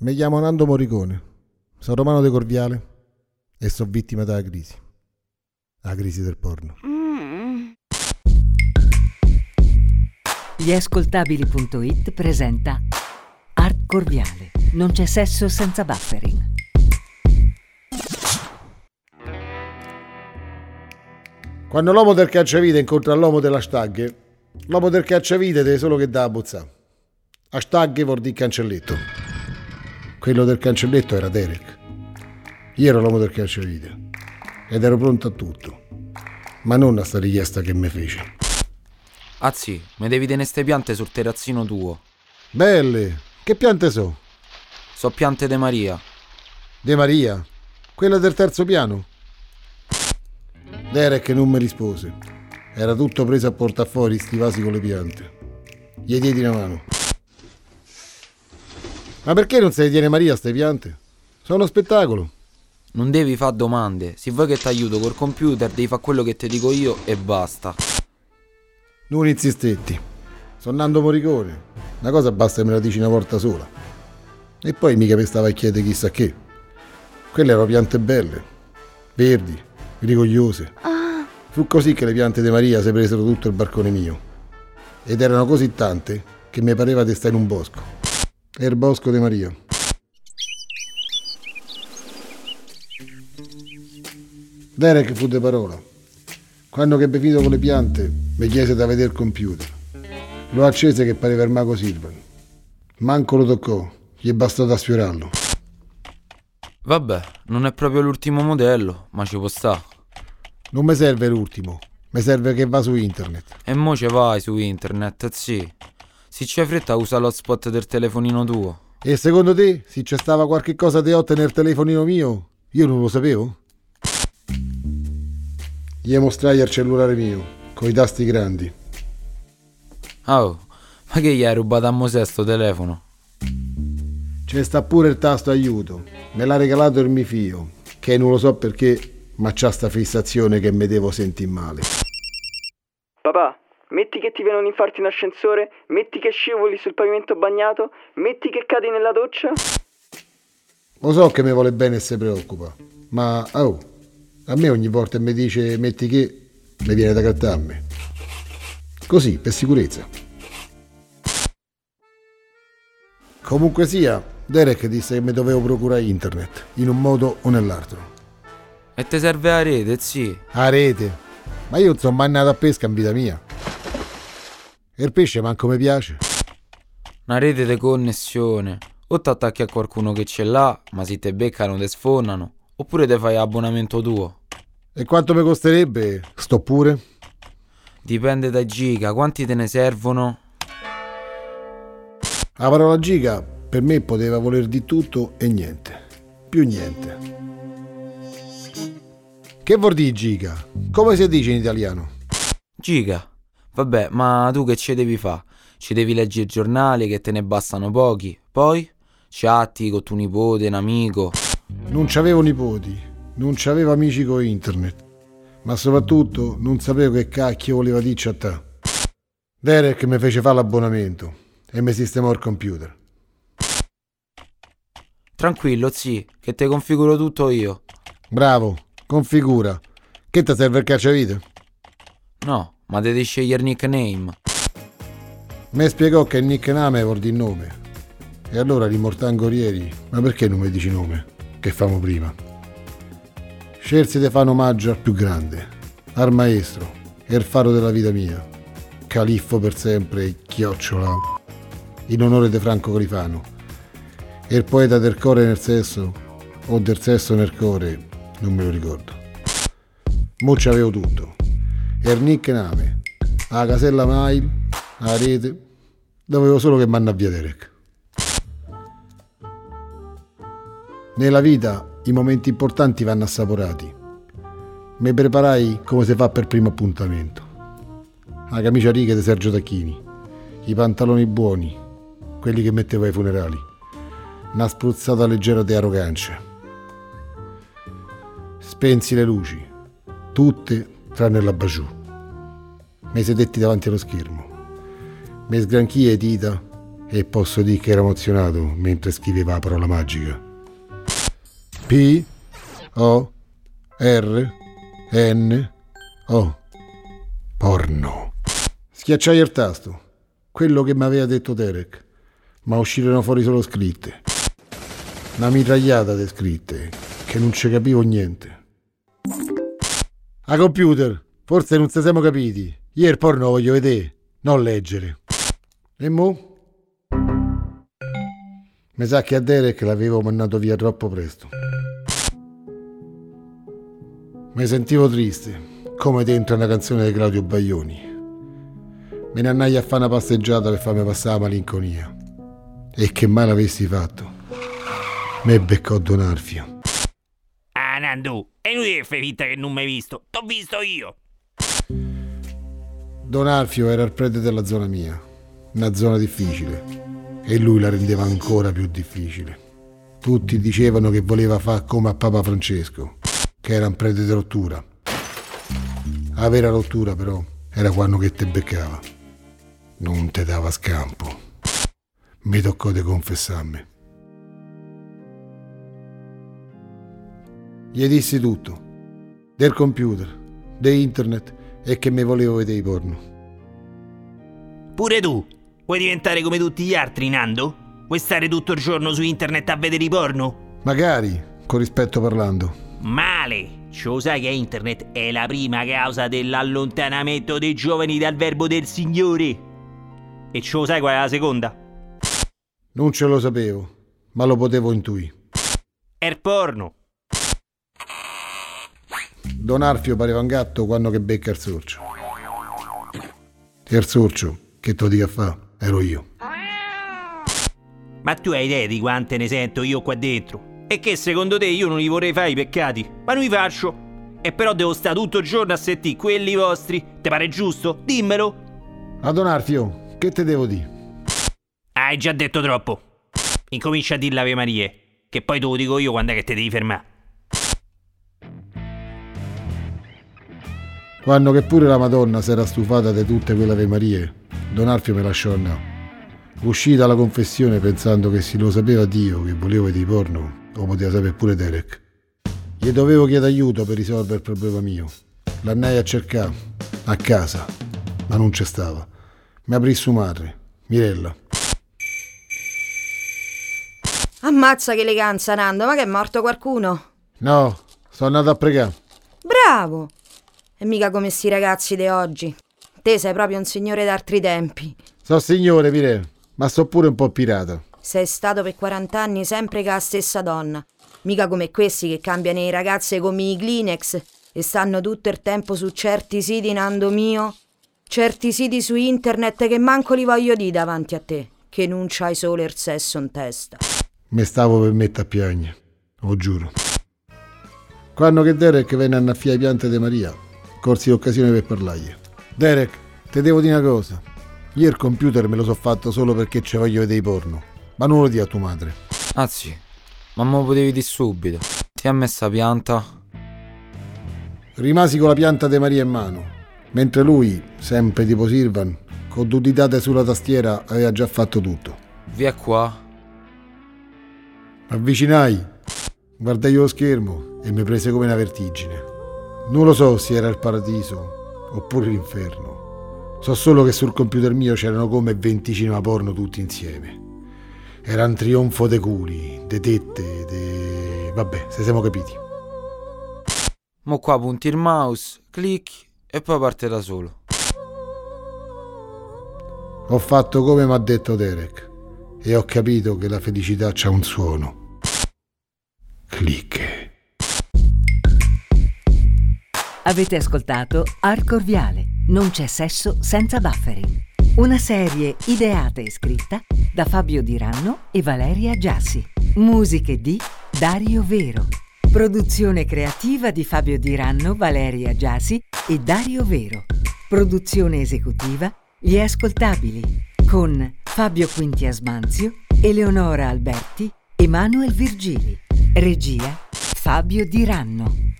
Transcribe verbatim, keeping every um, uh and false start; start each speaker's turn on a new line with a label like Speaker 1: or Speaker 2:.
Speaker 1: Mi chiamo Nando Morricone, sono romano de Corviale e sono vittima della crisi. La crisi del porno.
Speaker 2: Gli ascoltabili punto it presenta Art Corviale. Non c'è sesso senza buffering.
Speaker 1: Quando l'uomo del cacciavite incontra l'uomo dell'hashtag, l'uomo del cacciavite deve solo che dà a bozzare. Hashtag vuol dire cancelletto. Quello del cancelletto era Derek. Io ero l'uomo del cacciavite ed ero pronto a tutto, ma non a sta richiesta che mi fece.
Speaker 3: Azzi, mi devi tenere ste piante sul terrazzino tuo.
Speaker 1: Belle, che piante so?
Speaker 3: So piante de Maria.
Speaker 1: De Maria? Quella del terzo piano? Derek non mi rispose. Era tutto preso a portafuori sti vasi con le piante. Gli diedi una mano. Ma perché non se le tiene Maria ste piante? Sono uno spettacolo.
Speaker 3: Non devi fare domande. Se vuoi che ti aiuto col computer, devi fare quello che ti dico io e basta.
Speaker 1: Non insistetti. Sono Nando Morricone. Una cosa basta che me la dici una volta sola. E poi mica mi stava a chiedere chissà che. Quelle erano piante belle, verdi, rigogliose. Ah. Fu così che le piante di Maria si presero tutto il barcone mio. Ed erano così tante che mi pareva di stare in un bosco. Era il bosco di Maria. Derek fu de parola. Quando che ebbe finito con le piante, mi chiese da vedere il computer. Lo accese che pareva il mago Silvan. Manco lo toccò, gli bastò da sfiorarlo.
Speaker 3: Vabbè, non è proprio l'ultimo modello, ma ci può sta.
Speaker 1: Non mi serve l'ultimo, mi serve che va su internet.
Speaker 3: E mo ce vai su internet, sì. Se c'è fretta usa l'hotspot del telefonino tuo.
Speaker 1: E secondo te, se c'è stava qualche cosa di hot nel telefonino mio, io non lo sapevo? Gli mostrai il cellulare mio, coi tasti grandi.
Speaker 3: Oh, ma che gli hai rubato a Mosè sto telefono?
Speaker 1: C'è sta pure il tasto aiuto. Me l'ha regalato il mio figlio, che non lo so perché, ma c'ha sta fissazione che mi devo sentire male.
Speaker 4: Papà, metti che ti viene un infarto in ascensore, metti che scivoli sul pavimento bagnato, metti che cadi nella doccia.
Speaker 1: Lo so che mi vuole bene e si preoccupa, ma oh, a me ogni volta che mi dice metti che, mi viene da grattarmi. Così, per sicurezza. Comunque sia, Derek disse che mi dovevo procurare internet, in un modo o nell'altro.
Speaker 3: E te serve la rete, sì.
Speaker 1: A rete? Ma io non sono mai nato a pesca in vita mia. E il pesce manco mi piace.
Speaker 3: Una rete di connessione. O ti attacchi a qualcuno che ce l'ha, ma se te beccano te sfondano, oppure te fai abbonamento tuo.
Speaker 1: E quanto mi costerebbe? Sto pure?
Speaker 3: Dipende dai giga, quanti te ne servono?
Speaker 1: La parola giga per me poteva voler di tutto e niente. Più niente. Che vuol dire giga? Come si dice in italiano?
Speaker 3: Giga. Vabbè, ma tu che ci devi fare? Ci devi leggere il giornale che te ne bastano pochi. Poi? Chatti con tuo nipote, un amico.
Speaker 1: Non c'avevo nipoti, non c'avevo amici con internet. Ma soprattutto non sapevo che cacchio voleva dire chattà. Derek mi fece fare l'abbonamento e mi sistemò il computer.
Speaker 3: Tranquillo, sì, che te configuro tutto io.
Speaker 1: Bravo, configura. Che ti serve il cacciavite?
Speaker 3: No, ma devi scegliere nickname.
Speaker 1: Mi spiegò che il nickname vuol dire nome. E allora li mortangorieri, ma perché non mi dici nome? Che famo prima? Scelsi di fare un omaggio al più grande, al maestro e il faro della vita mia, Califfo per sempre, chiocciola, in onore di Franco Califano, e il poeta del cuore nel sesso, o del sesso nel cuore, non me lo ricordo. Mo c'avevo tutto, e il nickname, la casella mail, la rete, dovevo solo che manna via Derek. Nella vita i momenti importanti vanno assaporati. Mi preparai come si fa per primo appuntamento. La camicia a righe di Sergio Tacchini, i pantaloni buoni, quelli che mettevo ai funerali, una spruzzata leggera di arrogancia. Spensi le luci, tutte tranne la Bajou. Mi sedetti davanti allo schermo, mi sgranchii le dita e posso dire che era emozionato mentre scriveva la parola magica. P O R N O Porno. Schiacciai il tasto, quello che mi aveva detto Derek, ma uscirono fuori solo scritte. Una mitragliata di scritte che non ci capivo niente. A computer, forse non si siamo capiti. Io il porno voglio vedere, non leggere. E mo? Mi sa che a Derek l'avevo mandato via troppo presto. Mi sentivo triste, come dentro una canzone di Claudio Baglioni. Me ne andai a fare una passeggiata per farmi passare la malinconia. E che male avessi fatto. Me beccò Don Arfio.
Speaker 5: Ah, Nando, è inutile che fai finta che non mi hai visto. T'ho visto io.
Speaker 1: Don Arfio era il prete della zona mia, una zona difficile, e lui la rendeva ancora più difficile. Tutti dicevano che voleva fare come a Papa Francesco, che era un prete di rottura. La vera rottura però era quando che te beccava. Non te dava scampo. Mi toccò di confessarmi. Gli dissi tutto, del computer, di internet e che mi volevo vedere i porno.
Speaker 5: Pure tu? Vuoi diventare come tutti gli altri, Nando? Vuoi stare tutto il giorno su internet a vedere i porno?
Speaker 1: Magari, con rispetto parlando.
Speaker 5: Male! Ce lo sai che internet è la prima causa dell'allontanamento dei giovani dal verbo del Signore? E ce lo sai qual è la seconda?
Speaker 1: Non ce lo sapevo, ma lo potevo intuire.
Speaker 5: È il porno.
Speaker 1: Don Arfio pareva un gatto quando che becca il sorcio. E il sorcio, che te lo dica a fa, ero io.
Speaker 5: Ma tu hai idea di quante ne sento io qua dentro? E che secondo te io non li vorrei fare i peccati? Ma non li faccio. E però devo stare tutto il giorno a sentire quelli vostri. Te pare giusto? Dimmelo.
Speaker 1: A Don Arfio, che te devo dire?
Speaker 5: Hai già detto troppo. Incomincia a dire l'Ave Marie, che poi te lo dico io quando è che te devi fermare.
Speaker 1: Quando che pure la Madonna si era stufata di tutte quelle Ave Marie, Don Arfio me lasciò andare. Uscì dalla confessione pensando che se lo sapeva Dio che volevo vedere porno, lo poteva sapere pure Derek. Gli dovevo chiedere aiuto per risolvere il problema mio. L'andai a cercare, a casa, ma non c'è stava. Mi aprì sua madre, Mirella.
Speaker 6: Ammazza che eleganza, Nando, ma che è morto qualcuno?
Speaker 1: No, sono andato a pregare.
Speaker 6: Bravo! E mica come sti ragazzi di oggi. Te sei proprio un signore d'altri tempi.
Speaker 1: So signore, Mire, ma so pure un po' pirata.
Speaker 6: Sei stato per quaranta anni sempre che la stessa donna. Mica come questi che cambiano i ragazze come i Kleenex e stanno tutto il tempo su certi siti, Nando mio. Certi siti su internet che manco li voglio dire davanti a te, che non c'hai solo il sesso in testa.
Speaker 1: Mi stavo per mettere a piagne, lo giuro. Quando che Derek venne a annaffiare le piante di Maria, corsi l'occasione per parlargli. Derek, te devo dire una cosa. Io il computer me lo so fatto solo perché ci voglio vedere i porno. Ma non lo dia a tua madre.
Speaker 3: Anzi, ma me lo potevi dire subito. Ti ha messo la pianta?
Speaker 1: Rimasi con la pianta di Maria in mano, mentre lui, sempre tipo Silvan, con due ditate sulla tastiera aveva già fatto tutto.
Speaker 3: Via qua.
Speaker 1: Avvicinai, guardai lo schermo e mi prese come una vertigine. Non lo so se era il paradiso oppure l'inferno. So solo che sul computer mio c'erano come venti cinema porno tutti insieme. Era un trionfo de culi, de tette, de... vabbè, se siamo capiti.
Speaker 3: Mo qua punti il mouse, clicchi e poi parte da solo.
Speaker 1: Ho fatto come mi ha detto Derek e ho capito che la felicità c'ha un suono. Click.
Speaker 2: Avete ascoltato Hardcore Viale, non c'è sesso senza buffering. Una serie ideata e scritta da Fabio Diranno e Valeria Giassi. Musiche di Dario Vero. Produzione creativa di Fabio Diranno, Valeria Giassi e Dario Vero. Produzione esecutiva Gli Ascoltabili con Fabio Quintiasmanzio, Eleonora Alberti e Manuel Virgili. Regia Fabio Diranno.